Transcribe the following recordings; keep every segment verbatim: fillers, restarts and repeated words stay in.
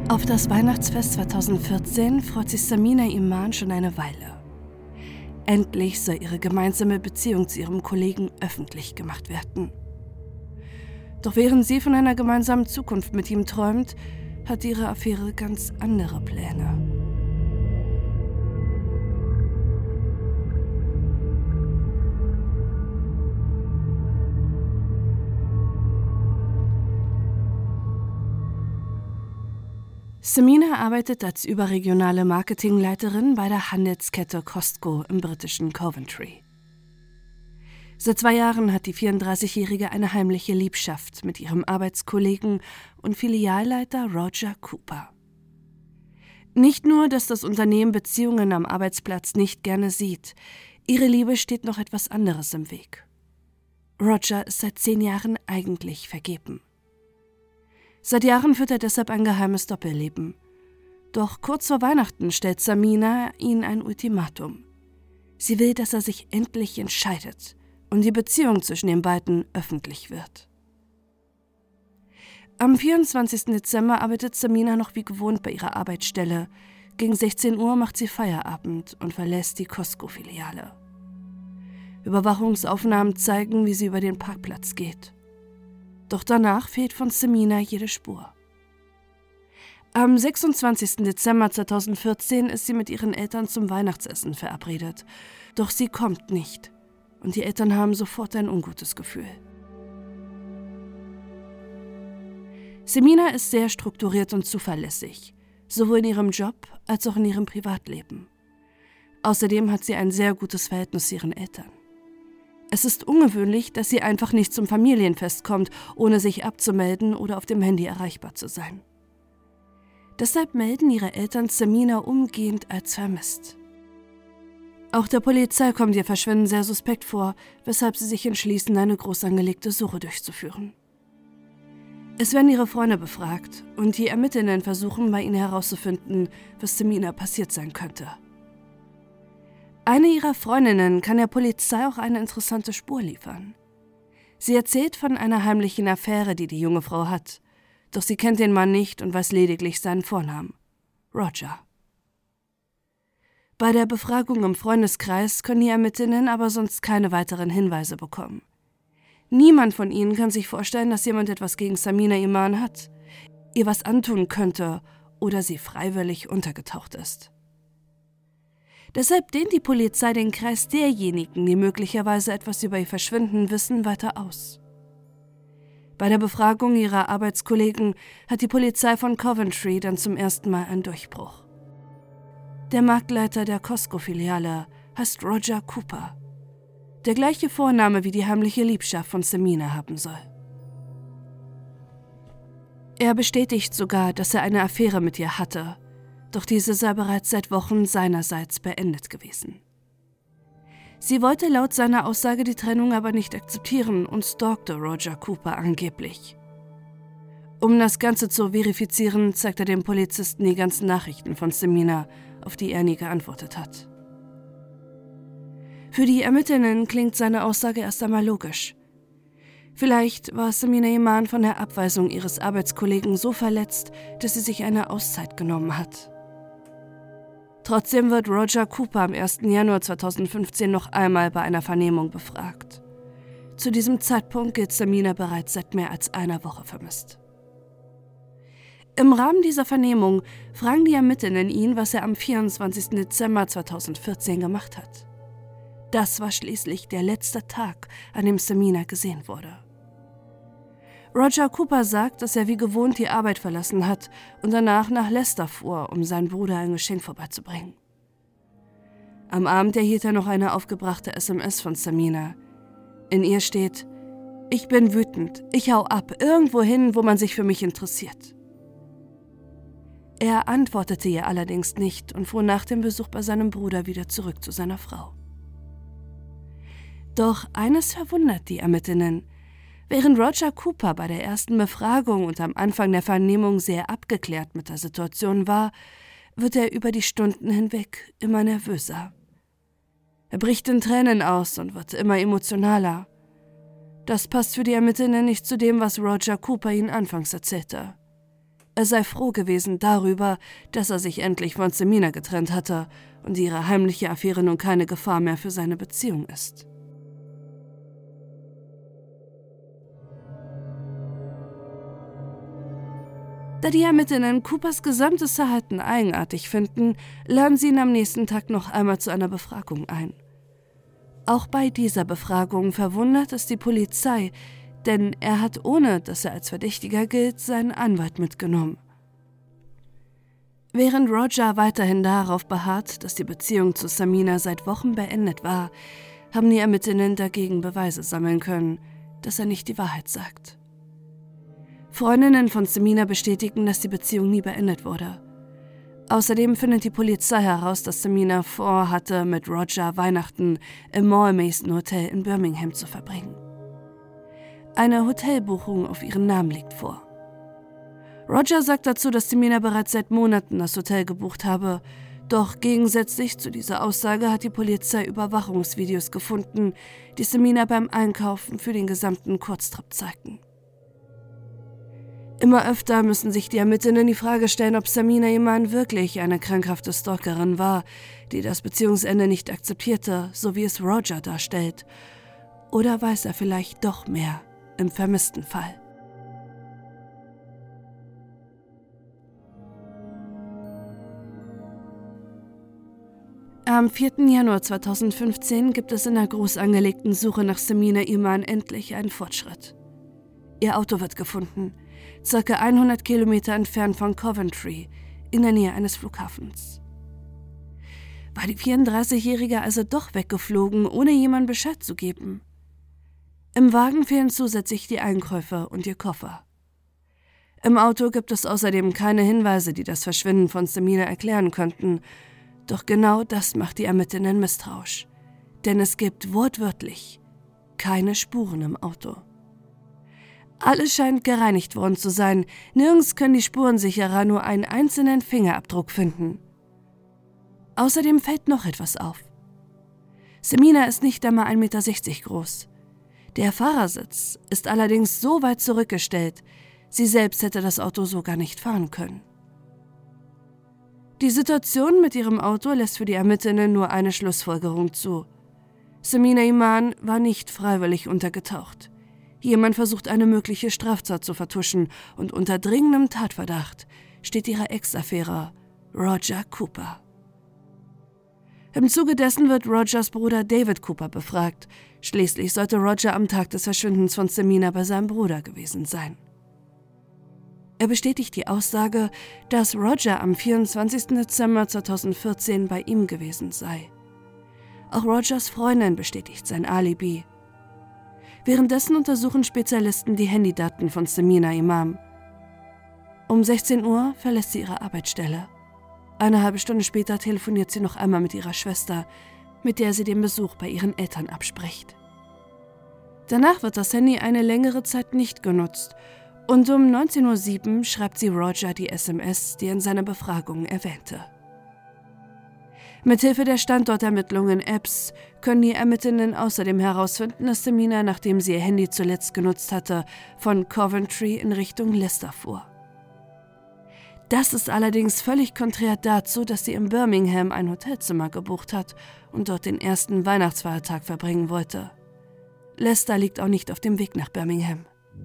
Auf das Weihnachtsfest zweitausendvierzehn freut sich Samina Iman schon eine Weile. Endlich soll ihre gemeinsame Beziehung zu ihrem Kollegen öffentlich gemacht werden. Doch während sie von einer gemeinsamen Zukunft mit ihm träumt, hat ihre Affäre ganz andere Pläne. Samina arbeitet als überregionale Marketingleiterin bei der Handelskette Costco im britischen Coventry. Seit zwei Jahren hat die vierunddreißigjährige eine heimliche Liebschaft mit ihrem Arbeitskollegen und Filialleiter Roger Cooper. Nicht nur, dass das Unternehmen Beziehungen am Arbeitsplatz nicht gerne sieht, ihre Liebe steht noch etwas anderes im Weg. Roger ist seit zehn Jahren eigentlich vergeben. Seit Jahren führt er deshalb ein geheimes Doppelleben. Doch kurz vor Weihnachten stellt Samina ihm ein Ultimatum. Sie will, dass er sich endlich entscheidet und die Beziehung zwischen den beiden öffentlich wird. Am vierundzwanzigsten Dezember arbeitet Samina noch wie gewohnt bei ihrer Arbeitsstelle. Gegen sechzehn Uhr macht sie Feierabend und verlässt die Costco-Filiale. Überwachungsaufnahmen zeigen, wie sie über den Parkplatz geht. Doch danach fehlt von Samina jede Spur. Am sechsundzwanzigsten Dezember zweitausendvierzehn ist sie mit ihren Eltern zum Weihnachtsessen verabredet. Doch sie kommt nicht und die Eltern haben sofort ein ungutes Gefühl. Samina ist sehr strukturiert und zuverlässig, sowohl in ihrem Job als auch in ihrem Privatleben. Außerdem hat sie ein sehr gutes Verhältnis zu ihren Eltern. Es ist ungewöhnlich, dass sie einfach nicht zum Familienfest kommt, ohne sich abzumelden oder auf dem Handy erreichbar zu sein. Deshalb melden ihre Eltern Samina umgehend als vermisst. Auch der Polizei kommt ihr Verschwinden sehr suspekt vor, weshalb sie sich entschließen, eine groß angelegte Suche durchzuführen. Es werden ihre Freunde befragt und die Ermittlerinnen versuchen, bei ihnen herauszufinden, was Samina passiert sein könnte. Eine ihrer Freundinnen kann der Polizei auch eine interessante Spur liefern. Sie erzählt von einer heimlichen Affäre, die die junge Frau hat. Doch sie kennt den Mann nicht und weiß lediglich seinen Vornamen: Roger. Bei der Befragung im Freundeskreis können die Ermittlerinnen aber sonst keine weiteren Hinweise bekommen. Niemand von ihnen kann sich vorstellen, dass jemand etwas gegen Samina Iman hat, ihr was antun könnte oder sie freiwillig untergetaucht ist. Deshalb dehnt die Polizei den Kreis derjenigen, die möglicherweise etwas über ihr Verschwinden wissen, weiter aus. Bei der Befragung ihrer Arbeitskollegen hat die Polizei von Coventry dann zum ersten Mal einen Durchbruch. Der Marktleiter der Costco-Filiale heißt Roger Cooper, der gleiche Vorname wie die heimliche Liebschaft von Samina haben soll. Er bestätigt sogar, dass er eine Affäre mit ihr hatte, doch diese sei bereits seit Wochen seinerseits beendet gewesen. Sie wollte laut seiner Aussage die Trennung aber nicht akzeptieren und stalkte Roger Cooper angeblich. Um das Ganze zu verifizieren, zeigt er dem Polizisten die ganzen Nachrichten von Samina, auf die er nie geantwortet hat. Für die Ermittlerinnen klingt seine Aussage erst einmal logisch. Vielleicht war Samina Iman von der Abweisung ihres Arbeitskollegen so verletzt, dass sie sich eine Auszeit genommen hat. Trotzdem wird Roger Cooper am ersten Januar zweitausendfünfzehn noch einmal bei einer Vernehmung befragt. Zu diesem Zeitpunkt gilt Samina bereits seit mehr als einer Woche vermisst. Im Rahmen dieser Vernehmung fragen die Ermittlerinnen ihn, was er am vierundzwanzigsten Dezember zweitausendvierzehn gemacht hat. Das war schließlich der letzte Tag, an dem Samina gesehen wurde. Roger Cooper sagt, dass er wie gewohnt die Arbeit verlassen hat und danach nach Leicester fuhr, um seinem Bruder ein Geschenk vorbeizubringen. Am Abend erhielt er noch eine aufgebrachte S M S von Samina. In ihr steht: „Ich bin wütend, ich hau ab, irgendwo hin, wo man sich für mich interessiert." Er antwortete ihr allerdings nicht und fuhr nach dem Besuch bei seinem Bruder wieder zurück zu seiner Frau. Doch eines verwundert die Ermittlerinnen. Während Roger Cooper bei der ersten Befragung und am Anfang der Vernehmung sehr abgeklärt mit der Situation war, wird er über die Stunden hinweg immer nervöser. Er bricht in Tränen aus und wird immer emotionaler. Das passt für die Ermittlerinnen nicht zu dem, was Roger Cooper ihnen anfangs erzählte. Er sei froh gewesen darüber, dass er sich endlich von Semina getrennt hatte und ihre heimliche Affäre nun keine Gefahr mehr für seine Beziehung ist. Da die Ermittlerinnen Coopers gesamtes Verhalten eigenartig finden, laden sie ihn am nächsten Tag noch einmal zu einer Befragung ein. Auch bei dieser Befragung verwundert es die Polizei, denn er hat, ohne dass er als Verdächtiger gilt, seinen Anwalt mitgenommen. Während Roger weiterhin darauf beharrt, dass die Beziehung zu Samina seit Wochen beendet war, haben die Ermittlerinnen dagegen Beweise sammeln können, dass er nicht die Wahrheit sagt. Freundinnen von Samina bestätigen, dass die Beziehung nie beendet wurde. Außerdem findet die Polizei heraus, dass Samina vorhatte, mit Roger Weihnachten im Mall Mason Hotel in Birmingham zu verbringen. Eine Hotelbuchung auf ihren Namen liegt vor. Roger sagt dazu, dass Samina bereits seit Monaten das Hotel gebucht habe, doch gegensätzlich zu dieser Aussage hat die Polizei Überwachungsvideos gefunden, die Samina beim Einkaufen für den gesamten Kurztrip zeigten. Immer öfter müssen sich die Ermittlerinnen die Frage stellen, ob Samina Iman wirklich eine krankhafte Stalkerin war, die das Beziehungsende nicht akzeptierte, so wie es Roger darstellt. Oder weiß er vielleicht doch mehr im vermissten Fall? Am vierten Januar zweitausendfünfzehn gibt es in der groß angelegten Suche nach Samina Iman endlich einen Fortschritt. Ihr Auto wird gefunden, circa hundert Kilometer entfernt von Coventry, in der Nähe eines Flughafens. War die vierunddreißigjährige also doch weggeflogen, ohne jemandem Bescheid zu geben? Im Wagen fehlen zusätzlich die Einkäufe und ihr Koffer. Im Auto gibt es außerdem keine Hinweise, die das Verschwinden von Samina erklären könnten, doch genau das macht die Ermittlerinnen misstrauisch, denn es gibt wortwörtlich keine Spuren im Auto. Alles scheint gereinigt worden zu sein, nirgends können die Spurensicherer nur einen einzelnen Fingerabdruck finden. Außerdem fällt noch etwas auf. Samina ist nicht einmal ein Meter sechzig groß. Der Fahrersitz ist allerdings so weit zurückgestellt, sie selbst hätte das Auto so gar nicht fahren können. Die Situation mit ihrem Auto lässt für die Ermittlerinnen nur eine Schlussfolgerung zu. Samina Iman war nicht freiwillig untergetaucht. Jemand versucht, eine mögliche Straftat zu vertuschen und unter dringendem Tatverdacht steht ihre Ex-Affäre Roger Cooper. Im Zuge dessen wird Rogers Bruder David Cooper befragt. Schließlich sollte Roger am Tag des Verschwindens von Samina bei seinem Bruder gewesen sein. Er bestätigt die Aussage, dass Roger am vierundzwanzigsten Dezember zweitausendvierzehn bei ihm gewesen sei. Auch Rogers Freundin bestätigt sein Alibi. Währenddessen untersuchen Spezialisten die Handydaten von Samina Iman. Um sechzehn Uhr verlässt sie ihre Arbeitsstelle. Eine halbe Stunde später telefoniert sie noch einmal mit ihrer Schwester, mit der sie den Besuch bei ihren Eltern abspricht. Danach wird das Handy eine längere Zeit nicht genutzt und um neunzehn Uhr sieben schreibt sie Roger die S M S, die er in seiner Befragung erwähnte. Mithilfe der Standortermittlungen-Apps können die Ermittlerinnen außerdem herausfinden, dass Samina, nachdem sie ihr Handy zuletzt genutzt hatte, von Coventry in Richtung Leicester fuhr. Das ist allerdings völlig konträr dazu, dass sie in Birmingham ein Hotelzimmer gebucht hat und dort den ersten Weihnachtsfeiertag verbringen wollte. Leicester liegt auch nicht auf dem Weg nach Birmingham.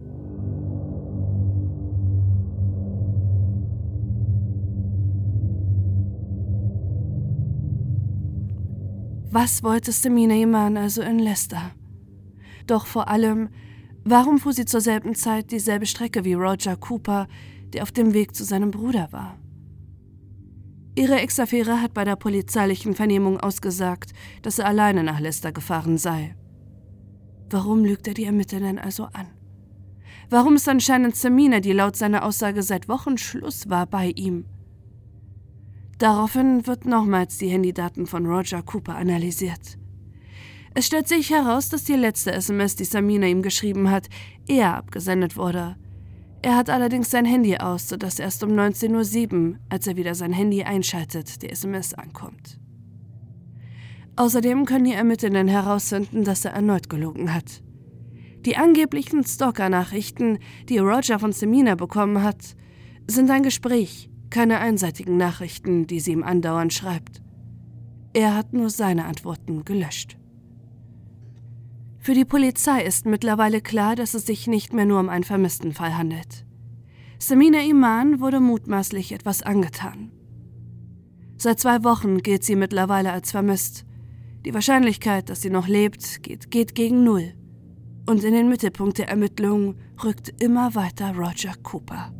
Was wollte Samina Iman also in Leicester? Doch vor allem, warum fuhr sie zur selben Zeit dieselbe Strecke wie Roger Cooper, der auf dem Weg zu seinem Bruder war? Ihre Ex-Affäre hat bei der polizeilichen Vernehmung ausgesagt, dass er alleine nach Leicester gefahren sei. Warum lügt er die Ermittlerinnen also an? Warum ist anscheinend Samina, die laut seiner Aussage seit Wochen Schluss war, bei ihm? Daraufhin wird nochmals die Handydaten von Roger Cooper analysiert. Es stellt sich heraus, dass die letzte S M S, die Samina ihm geschrieben hat, eher abgesendet wurde. Er hat allerdings sein Handy aus, sodass erst um neunzehn Uhr sieben, als er wieder sein Handy einschaltet, die S M S ankommt. Außerdem können die Ermittlerinnen herausfinden, dass er erneut gelogen hat. Die angeblichen Stalker-Nachrichten, die Roger von Samina bekommen hat, sind ein Gespräch, keine einseitigen Nachrichten, die sie ihm andauernd schreibt. Er hat nur seine Antworten gelöscht. Für die Polizei ist mittlerweile klar, dass es sich nicht mehr nur um einen Vermisstenfall handelt. Samina Iman wurde mutmaßlich etwas angetan. Seit zwei Wochen gilt sie mittlerweile als vermisst. Die Wahrscheinlichkeit, dass sie noch lebt, geht, geht gegen Null. Und in den Mittelpunkt der Ermittlungen rückt immer weiter Roger Cooper.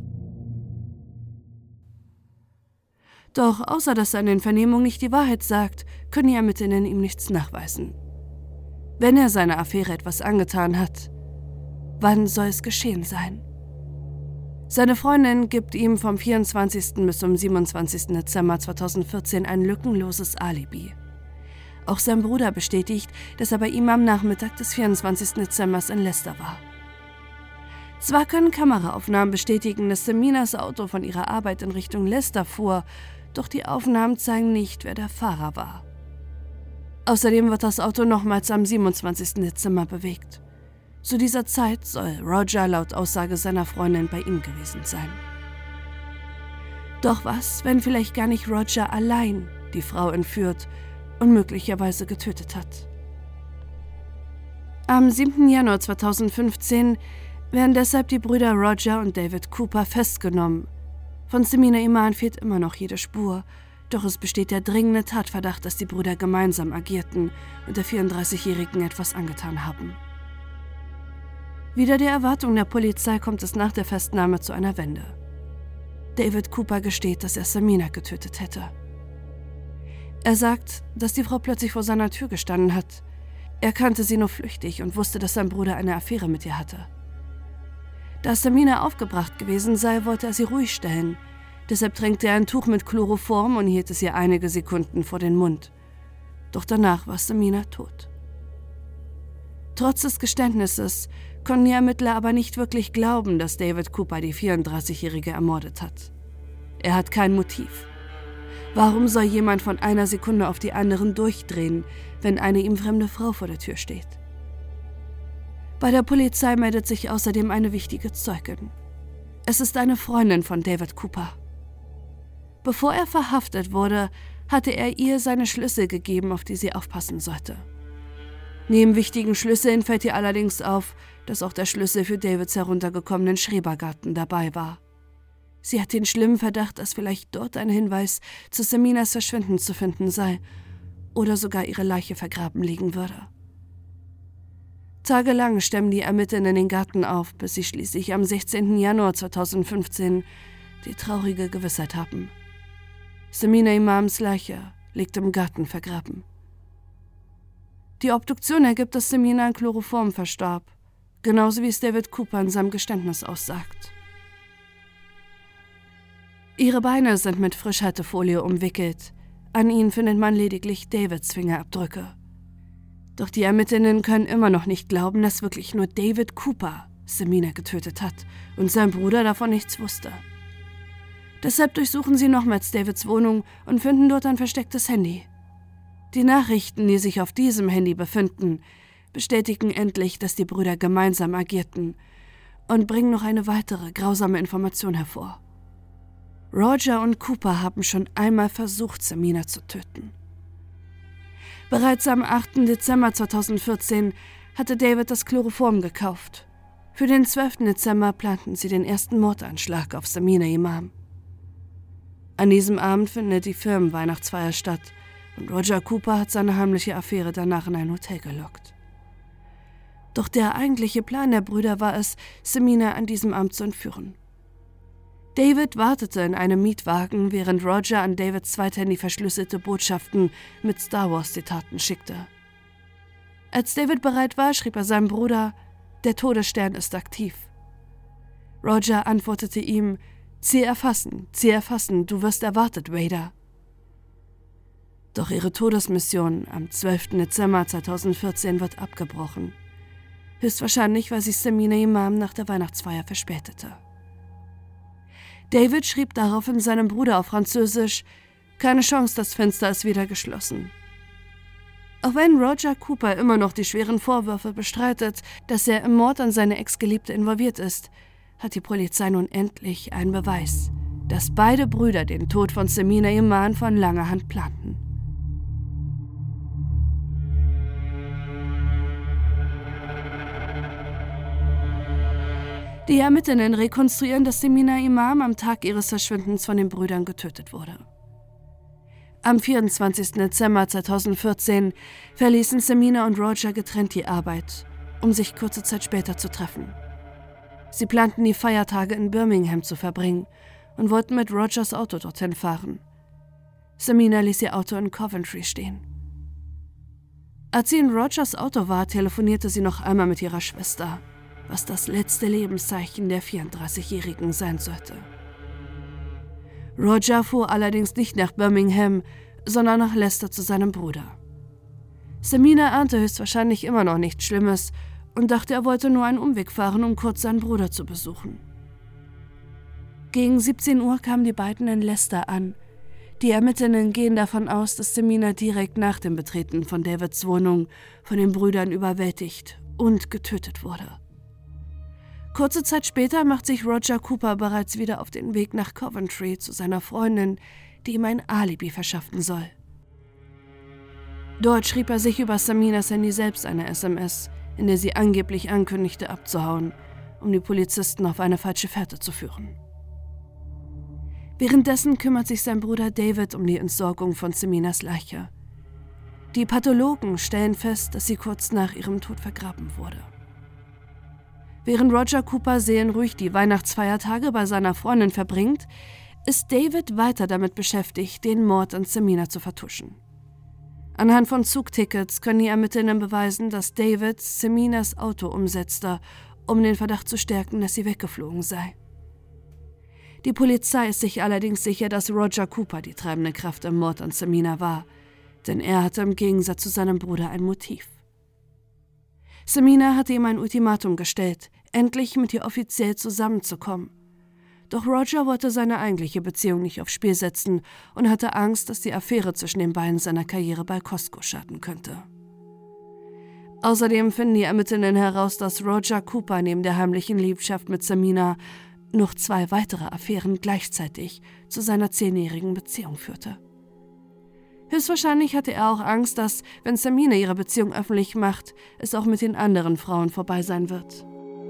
Doch außer dass er in den Vernehmungen nicht die Wahrheit sagt, können die Ermittlerinnen ihm nichts nachweisen. Wenn er seiner Affäre etwas angetan hat, wann soll es geschehen sein? Seine Freundin gibt ihm vom vierundzwanzigsten bis zum siebenundzwanzigsten Dezember zweitausendvierzehn ein lückenloses Alibi. Auch sein Bruder bestätigt, dass er bei ihm am Nachmittag des vierundzwanzigsten Dezember in Leicester war. Zwar können Kameraaufnahmen bestätigen, dass Saminas Auto von ihrer Arbeit in Richtung Leicester fuhr, doch die Aufnahmen zeigen nicht, wer der Fahrer war. Außerdem wird das Auto nochmals am siebenundzwanzigsten Dezember bewegt. Zu dieser Zeit soll Roger laut Aussage seiner Freundin bei ihm gewesen sein. Doch was, wenn vielleicht gar nicht Roger allein die Frau entführt und möglicherweise getötet hat? Am siebten Januar zweitausendfünfzehn werden deshalb die Brüder Roger und David Cooper festgenommen. Von Samina Iman fehlt immer noch jede Spur, doch es besteht der dringende Tatverdacht, dass die Brüder gemeinsam agierten und der vierunddreißigjährigen etwas angetan haben. Wider der Erwartung der Polizei kommt es nach der Festnahme zu einer Wende. David Cooper gesteht, dass er Samina getötet hätte. Er sagt, dass die Frau plötzlich vor seiner Tür gestanden hat. Er kannte sie nur flüchtig und wusste, dass sein Bruder eine Affäre mit ihr hatte. Da Samina aufgebracht gewesen sei, wollte er sie ruhig stellen. Deshalb tränkte er ein Tuch mit Chloroform und hielt es ihr einige Sekunden vor den Mund. Doch danach war Samina tot. Trotz des Geständnisses konnten die Ermittler aber nicht wirklich glauben, dass David Cooper die vierunddreißigjährige ermordet hat. Er hat kein Motiv. Warum soll jemand von einer Sekunde auf die anderen durchdrehen, wenn eine ihm fremde Frau vor der Tür steht? Bei der Polizei meldet sich außerdem eine wichtige Zeugin. Es ist eine Freundin von David Cooper. Bevor er verhaftet wurde, hatte er ihr seine Schlüssel gegeben, auf die sie aufpassen sollte. Neben wichtigen Schlüsseln fällt ihr allerdings auf, dass auch der Schlüssel für Davids heruntergekommenen Schrebergarten dabei war. Sie hat den schlimmen Verdacht, dass vielleicht dort ein Hinweis zu Saminas Verschwinden zu finden sei oder sogar ihre Leiche vergraben liegen würde. Tagelang stemmen die Ermittlerinnen den Garten auf, bis sie schließlich am sechzehnten Januar zweitausendfünfzehn die traurige Gewissheit haben. Samina Imams Leiche liegt im Garten vergraben. Die Obduktion ergibt, dass Samina an Chloroform verstarb, genauso wie es David Cooper in seinem Geständnis aussagt. Ihre Beine sind mit Frischhaltefolie umwickelt, an ihnen findet man lediglich Davids Fingerabdrücke. Doch die Ermittlerinnen können immer noch nicht glauben, dass wirklich nur David Cooper Samina getötet hat und sein Bruder davon nichts wusste. Deshalb durchsuchen sie nochmals Davids Wohnung und finden dort ein verstecktes Handy. Die Nachrichten, die sich auf diesem Handy befinden, bestätigen endlich, dass die Brüder gemeinsam agierten und bringen noch eine weitere grausame Information hervor. Roger und Cooper haben schon einmal versucht, Samina zu töten. Bereits am achten Dezember zweitausendvierzehn hatte David das Chloroform gekauft. Für den zwölften Dezember planten sie den ersten Mordanschlag auf Samina Imam. An diesem Abend findet die Firmenweihnachtsfeier statt und Roger Cooper hat seine heimliche Affäre danach in ein Hotel gelockt. Doch der eigentliche Plan der Brüder war es, Samina an diesem Abend zu entführen. David wartete in einem Mietwagen, während Roger an Davids Zweithandy verschlüsselte Botschaften mit Star Wars-Zitaten schickte. Als David bereit war, schrieb er seinem Bruder: „Der Todesstern ist aktiv." Roger antwortete ihm: „Ziel erfassen, Ziel erfassen, du wirst erwartet, Vader." Doch ihre Todesmission am zwölften Dezember zweitausendvierzehn wird abgebrochen. Höchstwahrscheinlich, weil sich Samina Imam nach der Weihnachtsfeier verspätete. David schrieb daraufhin seinem Bruder auf Französisch: „Keine Chance, das Fenster ist wieder geschlossen." Auch wenn Roger Cooper immer noch die schweren Vorwürfe bestreitet, dass er im Mord an seine Ex-Geliebte involviert ist, hat die Polizei nun endlich einen Beweis, dass beide Brüder den Tod von Semina Iman von langer Hand planten. Die Ermittlerinnen rekonstruieren, dass Semina Iman am Tag ihres Verschwindens von den Brüdern getötet wurde. Am vierundzwanzigsten Dezember zweitausendvierzehn verließen Semina und Roger getrennt die Arbeit, um sich kurze Zeit später zu treffen. Sie planten, die Feiertage in Birmingham zu verbringen und wollten mit Rogers Auto dorthin fahren. Semina ließ ihr Auto in Coventry stehen. Als sie in Rogers Auto war, telefonierte sie noch einmal mit ihrer Schwester, was das letzte Lebenszeichen der vierunddreißigjährigen sein sollte. Roger fuhr allerdings nicht nach Birmingham, sondern nach Leicester zu seinem Bruder. Semina ahnte höchstwahrscheinlich immer noch nichts Schlimmes und dachte, er wollte nur einen Umweg fahren, um kurz seinen Bruder zu besuchen. Gegen siebzehn Uhr kamen die beiden in Leicester an. Die Ermittlerinnen gehen davon aus, dass Semina direkt nach dem Betreten von Davids Wohnung von den Brüdern überwältigt und getötet wurde. Kurze Zeit später macht sich Roger Cooper bereits wieder auf den Weg nach Coventry zu seiner Freundin, die ihm ein Alibi verschaffen soll. Dort schrieb er sich über Seminas Handy selbst eine S M S, in der sie angeblich ankündigte, abzuhauen, um die Polizisten auf eine falsche Fährte zu führen. Währenddessen kümmert sich sein Bruder David um die Entsorgung von Seminas Leiche. Die Pathologen stellen fest, dass sie kurz nach ihrem Tod vergraben wurde. Während Roger Cooper seelenruhig die Weihnachtsfeiertage bei seiner Freundin verbringt, ist David weiter damit beschäftigt, den Mord an Semina zu vertuschen. Anhand von Zugtickets können die Ermittlerinnen beweisen, dass David Seminas Auto umsetzte, um den Verdacht zu stärken, dass sie weggeflogen sei. Die Polizei ist sich allerdings sicher, dass Roger Cooper die treibende Kraft im Mord an Semina war, denn er hatte im Gegensatz zu seinem Bruder ein Motiv. Semina hatte ihm ein Ultimatum gestellt, endlich mit ihr offiziell zusammenzukommen. Doch Roger wollte seine eigentliche Beziehung nicht aufs Spiel setzen und hatte Angst, dass die Affäre zwischen den beiden seiner Karriere bei Costco schaden könnte. Außerdem finden die Ermittlerinnen heraus, dass Roger Cooper neben der heimlichen Liebschaft mit Semina noch zwei weitere Affären gleichzeitig zu seiner zehnjährigen Beziehung führte. Höchstwahrscheinlich hatte er auch Angst, dass, wenn Semina ihre Beziehung öffentlich macht, es auch mit den anderen Frauen vorbei sein wird.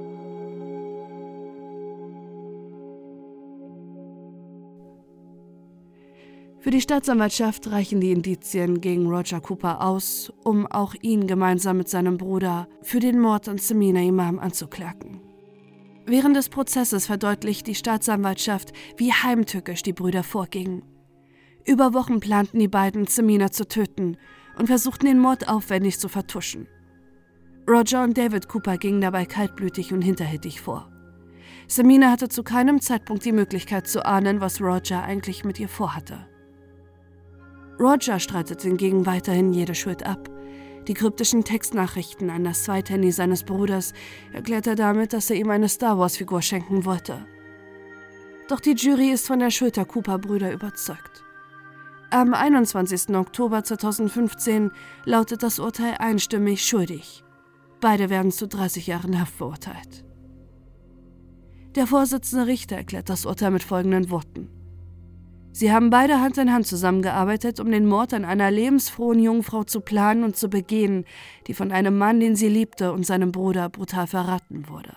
Für die Staatsanwaltschaft reichen die Indizien gegen Roger Cooper aus, um auch ihn gemeinsam mit seinem Bruder für den Mord an Semina Imam anzuklagen. Während des Prozesses verdeutlicht die Staatsanwaltschaft, wie heimtückisch die Brüder vorgingen. Über Wochen planten die beiden, Semina zu töten und versuchten, den Mord aufwendig zu vertuschen. Roger und David Cooper gingen dabei kaltblütig und hinterhältig vor. Semina hatte zu keinem Zeitpunkt die Möglichkeit zu ahnen, was Roger eigentlich mit ihr vorhatte. Roger streitet hingegen weiterhin jede Schuld ab. Die kryptischen Textnachrichten an das Zweithandy seines Bruders erklärt er damit, dass er ihm eine Star-Wars-Figur schenken wollte. Doch die Jury ist von der Schuld der Cooper-Brüder überzeugt. Am einundzwanzigsten Oktober zweitausendfünfzehn lautet das Urteil einstimmig schuldig. Beide werden zu dreißig Jahren Haft verurteilt. Der Vorsitzende Richter erklärt das Urteil mit folgenden Worten: Sie haben beide Hand in Hand zusammengearbeitet, um den Mord an einer lebensfrohen Jungfrau zu planen und zu begehen, die von einem Mann, den sie liebte, und seinem Bruder brutal verraten wurde.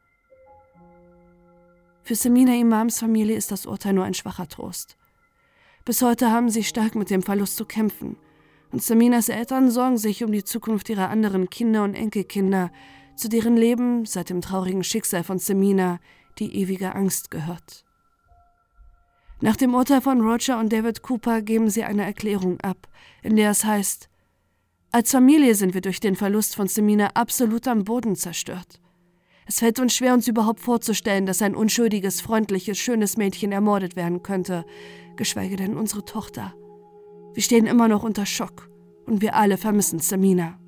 Für Semina Imams Familie ist das Urteil nur ein schwacher Trost. Bis heute haben sie stark mit dem Verlust zu kämpfen, und Seminas Eltern sorgen sich um die Zukunft ihrer anderen Kinder und Enkelkinder, zu deren Leben seit dem traurigen Schicksal von Semina die ewige Angst gehört. Nach dem Urteil von Roger und David Cooper geben sie eine Erklärung ab, in der es heißt: Als Familie sind wir durch den Verlust von Semina absolut am Boden zerstört. Es fällt uns schwer, uns überhaupt vorzustellen, dass ein unschuldiges, freundliches, schönes Mädchen ermordet werden könnte, geschweige denn unsere Tochter. Wir stehen immer noch unter Schock und wir alle vermissen Semina.